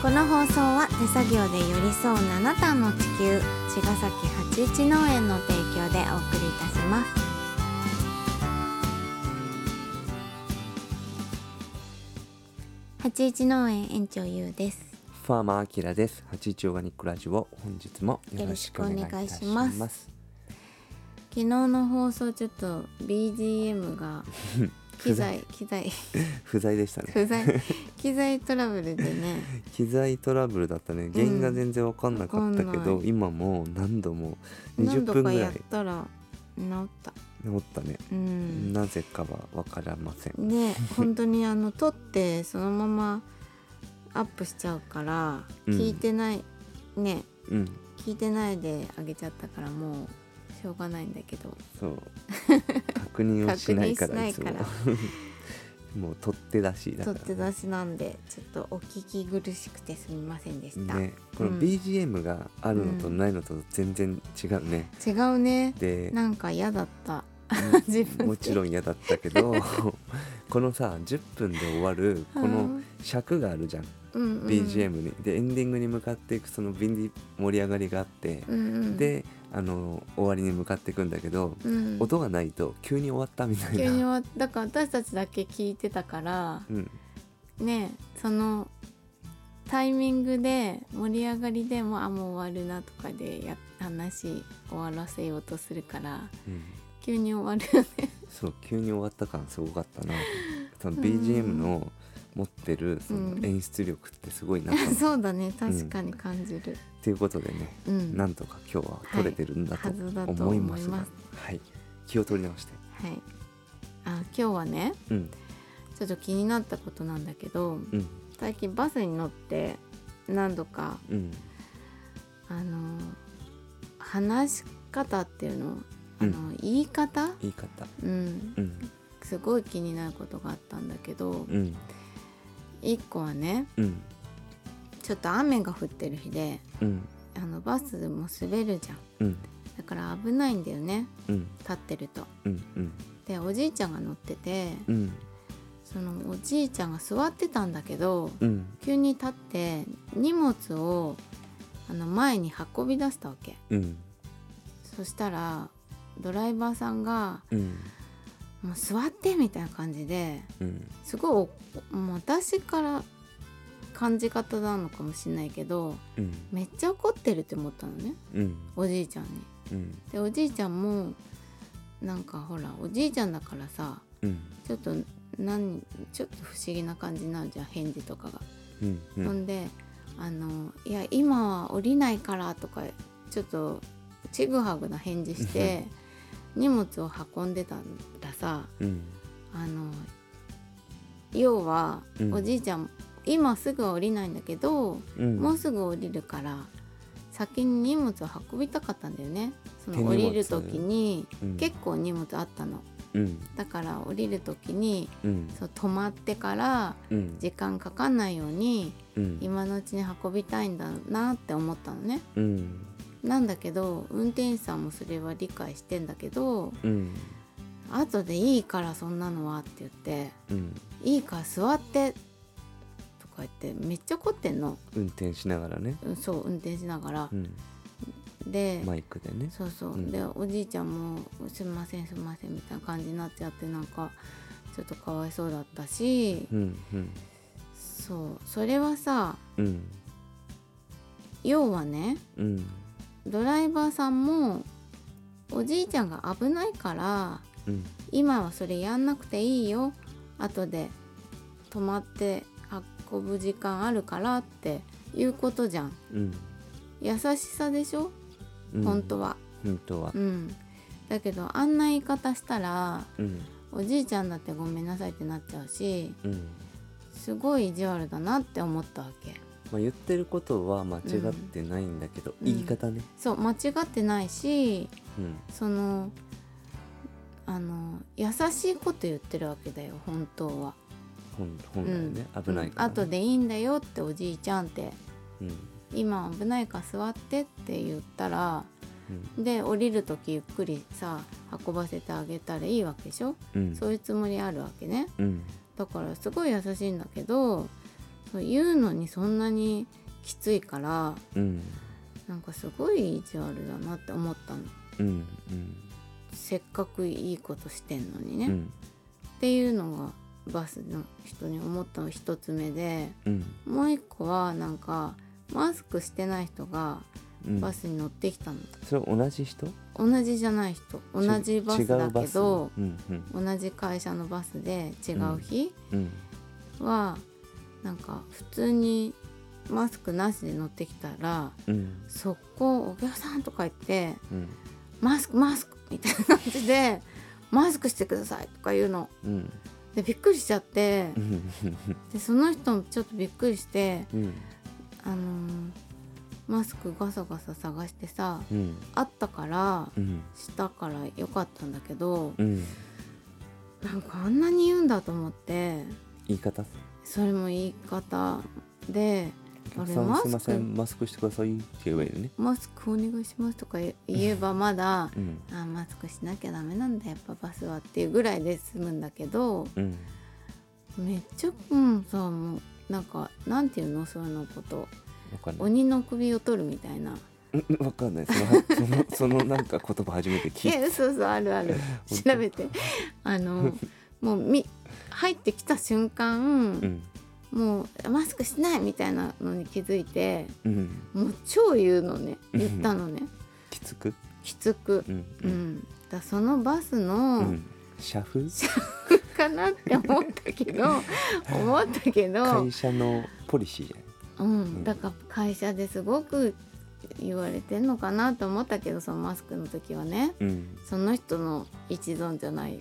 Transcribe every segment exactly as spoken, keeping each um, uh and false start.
この放送は手作業で寄り添うななたんの地球、茅ヶ崎八一農園の提供でお送りいたします。八一農園園長ゆうです。 ファーマーアキラです。八一オーガニックラジオ、本日もよろしくお願いいたします。 ます昨日の放送ちょっと ビージーエム が機材機材不在でしたね。 不在機材トラブルでね機材トラブルだったね。原因が全然分かんなかったけど、 うん、 今もう何度もにじゅっぷんぐらい何度かやったら治った治ったね、うん、なぜかは分からませんね。本当にあの撮ってそのままアップしちゃうから、うん、聞いてないね、うん、聞いてないであげちゃったからもうしょうがないんだけど、 そう確認をしないからいつももう取って出しだから、ね、 取って出しなんでちょっとお聞き苦しくてすみませんでした、 ね、この ビージーエム があるのとないのと全然違うね、 うん、違うね。でなんか嫌だった自分もちろん嫌だったけどこのさじゅっぷんで終わるこの尺があるじゃん、うんうん、ビージーエム にでエンディングに向かっていくその盛り上がりがあって、うんうん、であの終わりに向かっていくんだけど、うん、音がないと急に終わったみたいな。 急に終わった。だから私たちだけ聞いてたから、うん、ねそのタイミングで盛り上がりでもあもう終わるなとかでや話終わらせようとするから、うん、急に終わるよねそう急に終わった感すごかったなその ビージーエム の持ってるその演出力ってすごいなと、 うん、そうだね確かに感じる、うん、 ということでね、うん、なんとか今日は撮れてるんだと思いますが、はいはい、気を取り直して、 はい、あ今日はね、うん、ちょっと気になったことなんだけど、うん、最近バスに乗って何度か、うん、あの話し方っていうのあの、うん、言い方言い方、 うんうん、すごい気になることがあったんだけど、うん、一個はね、うん、ちょっと雨が降ってる日で、うん、あのバスも滑るじゃん、うん、だから危ないんだよね、うん、立ってると、うんうん、でおじいちゃんが乗ってて、うん、そのおじいちゃんが座ってたんだけど、うん、急に立って荷物をあの前に運び出したわけ、うん、そしたらドライバーさんが、うん、もう座ってみたいな感じで、うん、すごいもう私から感じ方なのかもしれないけど、うん、めっちゃ怒ってるって思ったのね、うん、おじいちゃんに、うん、でおじいちゃんもなんかほらおじいちゃんだからさ、うん、ちょっと何ちょっと不思議な感じになるじゃん返事とかが、うんうん、ほんであのいや今は降りないからとかちょっとちぐはぐな返事して荷物を運んでたらさ、うん、あの要は、うん、おじいちゃん今すぐ降りないんだけど、うん、もうすぐ降りるから先に荷物を運びたかったんだよね。その降りる時に、うん、結構荷物あったの、うん、だから降りる時に、うん、そう止まってから時間かかんないように、うん、今のうちに運びたいんだなって思ったのね、うん、なんだけど運転手さんもそれは理解してんだけど、うん、後でいいからそんなのはって言って、うん、いいから座ってとか言ってめっちゃ怒ってんの。 運転しながらね、 うん、そう運転しながら、うん、でマイクでねそうそう、うん、でおじいちゃんもすみませんすみませんみたいな感じになっちゃってなんかちょっとかわいそうだったし、うんうん、そうそれはさ、うん、要はね、うん、ドライバーさんもおじいちゃんが危ないから、うん、今はそれやんなくていいよ後で止まって運ぶ時間あるからっていうことじゃん、うん、優しさでしょ、うん、本当は本当は、 うん、だけどあんな言い方したら、うん、おじいちゃんだってごめんなさいってなっちゃうし、うん、すごい意地悪だなって思ったわけ。 まあ、言ってることは間違ってないんだけど、うん、言い方ね、 そう間違ってないし、うん、そのあの優しいこと言ってるわけだよ本当は。 本, 本来ね、うん、危ないから、ね、 後でいいんだよっておじいちゃんって、うん、今危ないから座ってって言ったら、うん、で降りるときゆっくりさ運ばせてあげたらいいわけでしょ、うん、そういうつもりあるわけね、うん、だからすごい優しいんだけどそう言うのにそんなにきついから、 うん、 なんかすごい意地悪だなって思ったの、 うんうん、 せっかくいいことしてんのにね、 うん、 っていうのがバスの人に思ったの一つ目で、 うん、 もう一個はなんかマスクしてない人がバスに乗ってきたの、 うん、それ同じ人？ 同じじゃない人、同じバスだけど、 うんうん、 同じ会社のバスで違う日はなんか普通にマスクなしで乗ってきたら、うん、速攻お客さんとか言って、うん、マスクマスクみたいな感じでマスクしてくださいとか言うの、うん、でびっくりしちゃってでその人もちょっとびっくりして、うん、あのー、マスクガサガサ探してさ、うん、あったから、うん、したからよかったんだけど、うん、なんかあんなに言うんだと思って。 言い方？ それも言い方で、 お客さんすいませんマスクしてくださいって言えばいいよね。 マスクお願いしますとか言えばまだ、うん、あマスクしなきゃダメなんだやっぱバスはっていうぐらいで済むんだけど、うん、めっちゃうんさもうなんかなんていうのそういうのこと鬼の首を取るみたいな。 わかんないそのそのそのなんか言葉初めて聞いた。 えそうそうあるある調べてあのもうみ入ってきた瞬間、うんもうマスクしないみたいなのに気づいて、うん、もう超言うのね言ったのね、うん、 きつくきつく、うんうん、だそのバスの、うん、 社風社風かなって思ったけど思ったけど会社のポリシーじゃん、うん、だから会社ですごく言われてんのかなと思ったけどそのマスクの時はね、うん、その人の一存じゃないくって、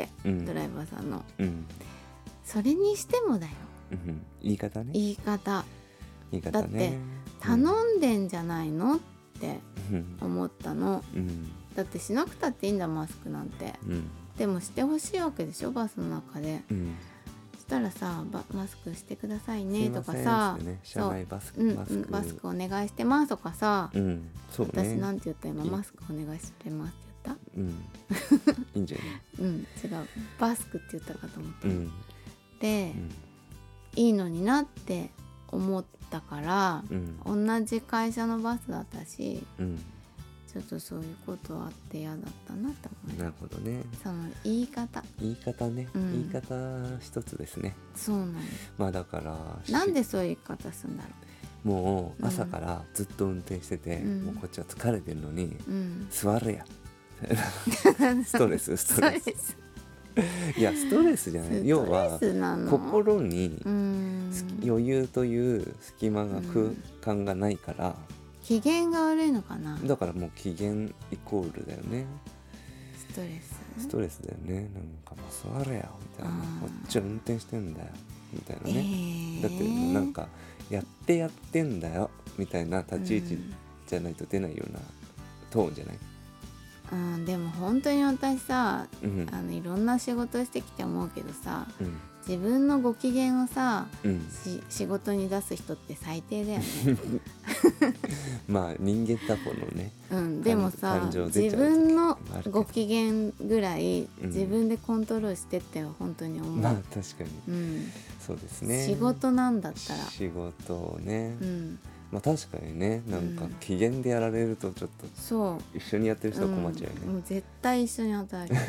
うん、ドライバーさんの、うん、それにしてもだようん、言い方ね言い方言い方ねだって頼んでんじゃないのって思ったの、うん、だってしなくたっていいんだマスクなんて、うん、でもしてほしいわけでしょバスの中で、うん、そしたらさマスクしてくださいねとかさ、 ね、車内バスク、 うん、マスクマスクお願いしてますとかさ、 うんそうね、 私なんて言った今マスクお願いしてますって言った、 うん、いいんじゃないうん違うバスクって言ったかと思って、うん、で、うんいいのになって思ったから、うん、同じ会社のバスだったし、うん、ちょっとそういうことあって嫌だったなと思う。 なるほどね。 その言い方言い方ね、うん、言い方一つですね。 そうなんです。 まあだからなんでそういう言い方するんだろう。もう朝からずっと運転してて、うん、もうこっちは疲れてるのに、うん、座れやストレスストレスいやストレスじゃない要は心に余裕という隙間が空間がないから、うん、 機嫌が悪いのかな。 だからもう機嫌イコールだよね。 ストレスストレスだよね。なんかもう座れやみたいなこっちは運転してんだよみたいなね、えー、だってもうなんかやってやってんだよみたいな立ち位置じゃないと出ないようなトーンじゃない、 うん、でも本当に私さ、うん、あのいろんな仕事してきて思うけどさ、うん、自分のご機嫌をさ、うん、仕事に出す人って最低だよねまあ人間だものね、 うん、でもさ自分のご機嫌ぐらい自分でコントロールしてって本当に思う、 まあ確かに、うん、そうですね。 仕事なんだったら仕事をね、うんまあ、確かにねなんか機嫌でやられるとちょっとそう一緒にやってる人は困っちゃうよね、うん、 もう絶対一緒に働き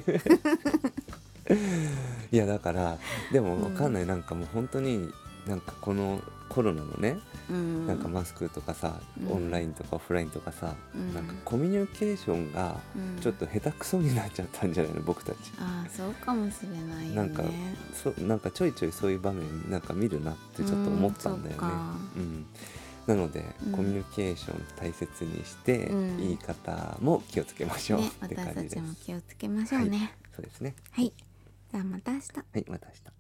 いやだからでも分かんない、うん、なんかもう本当になんかこのコロナのね、うん、なんかマスクとかさ、うん、オンラインとかオフラインとかさ、うん、なんかコミュニケーションがちょっと下手くそになっちゃったんじゃないの僕たち。 ああそうかもしれないよね。 なんかそなんかちょいちょいそういう場面なんか見るなってちょっと思ったんだよね、うん、なので、うん、コミュニケーション大切にして、うん、言い方も気をつけましょう、ね、って感じです。 私たちも気をつけましょうね、 はい、そうですね。 はいじゃあまた明日。 はいまた明日。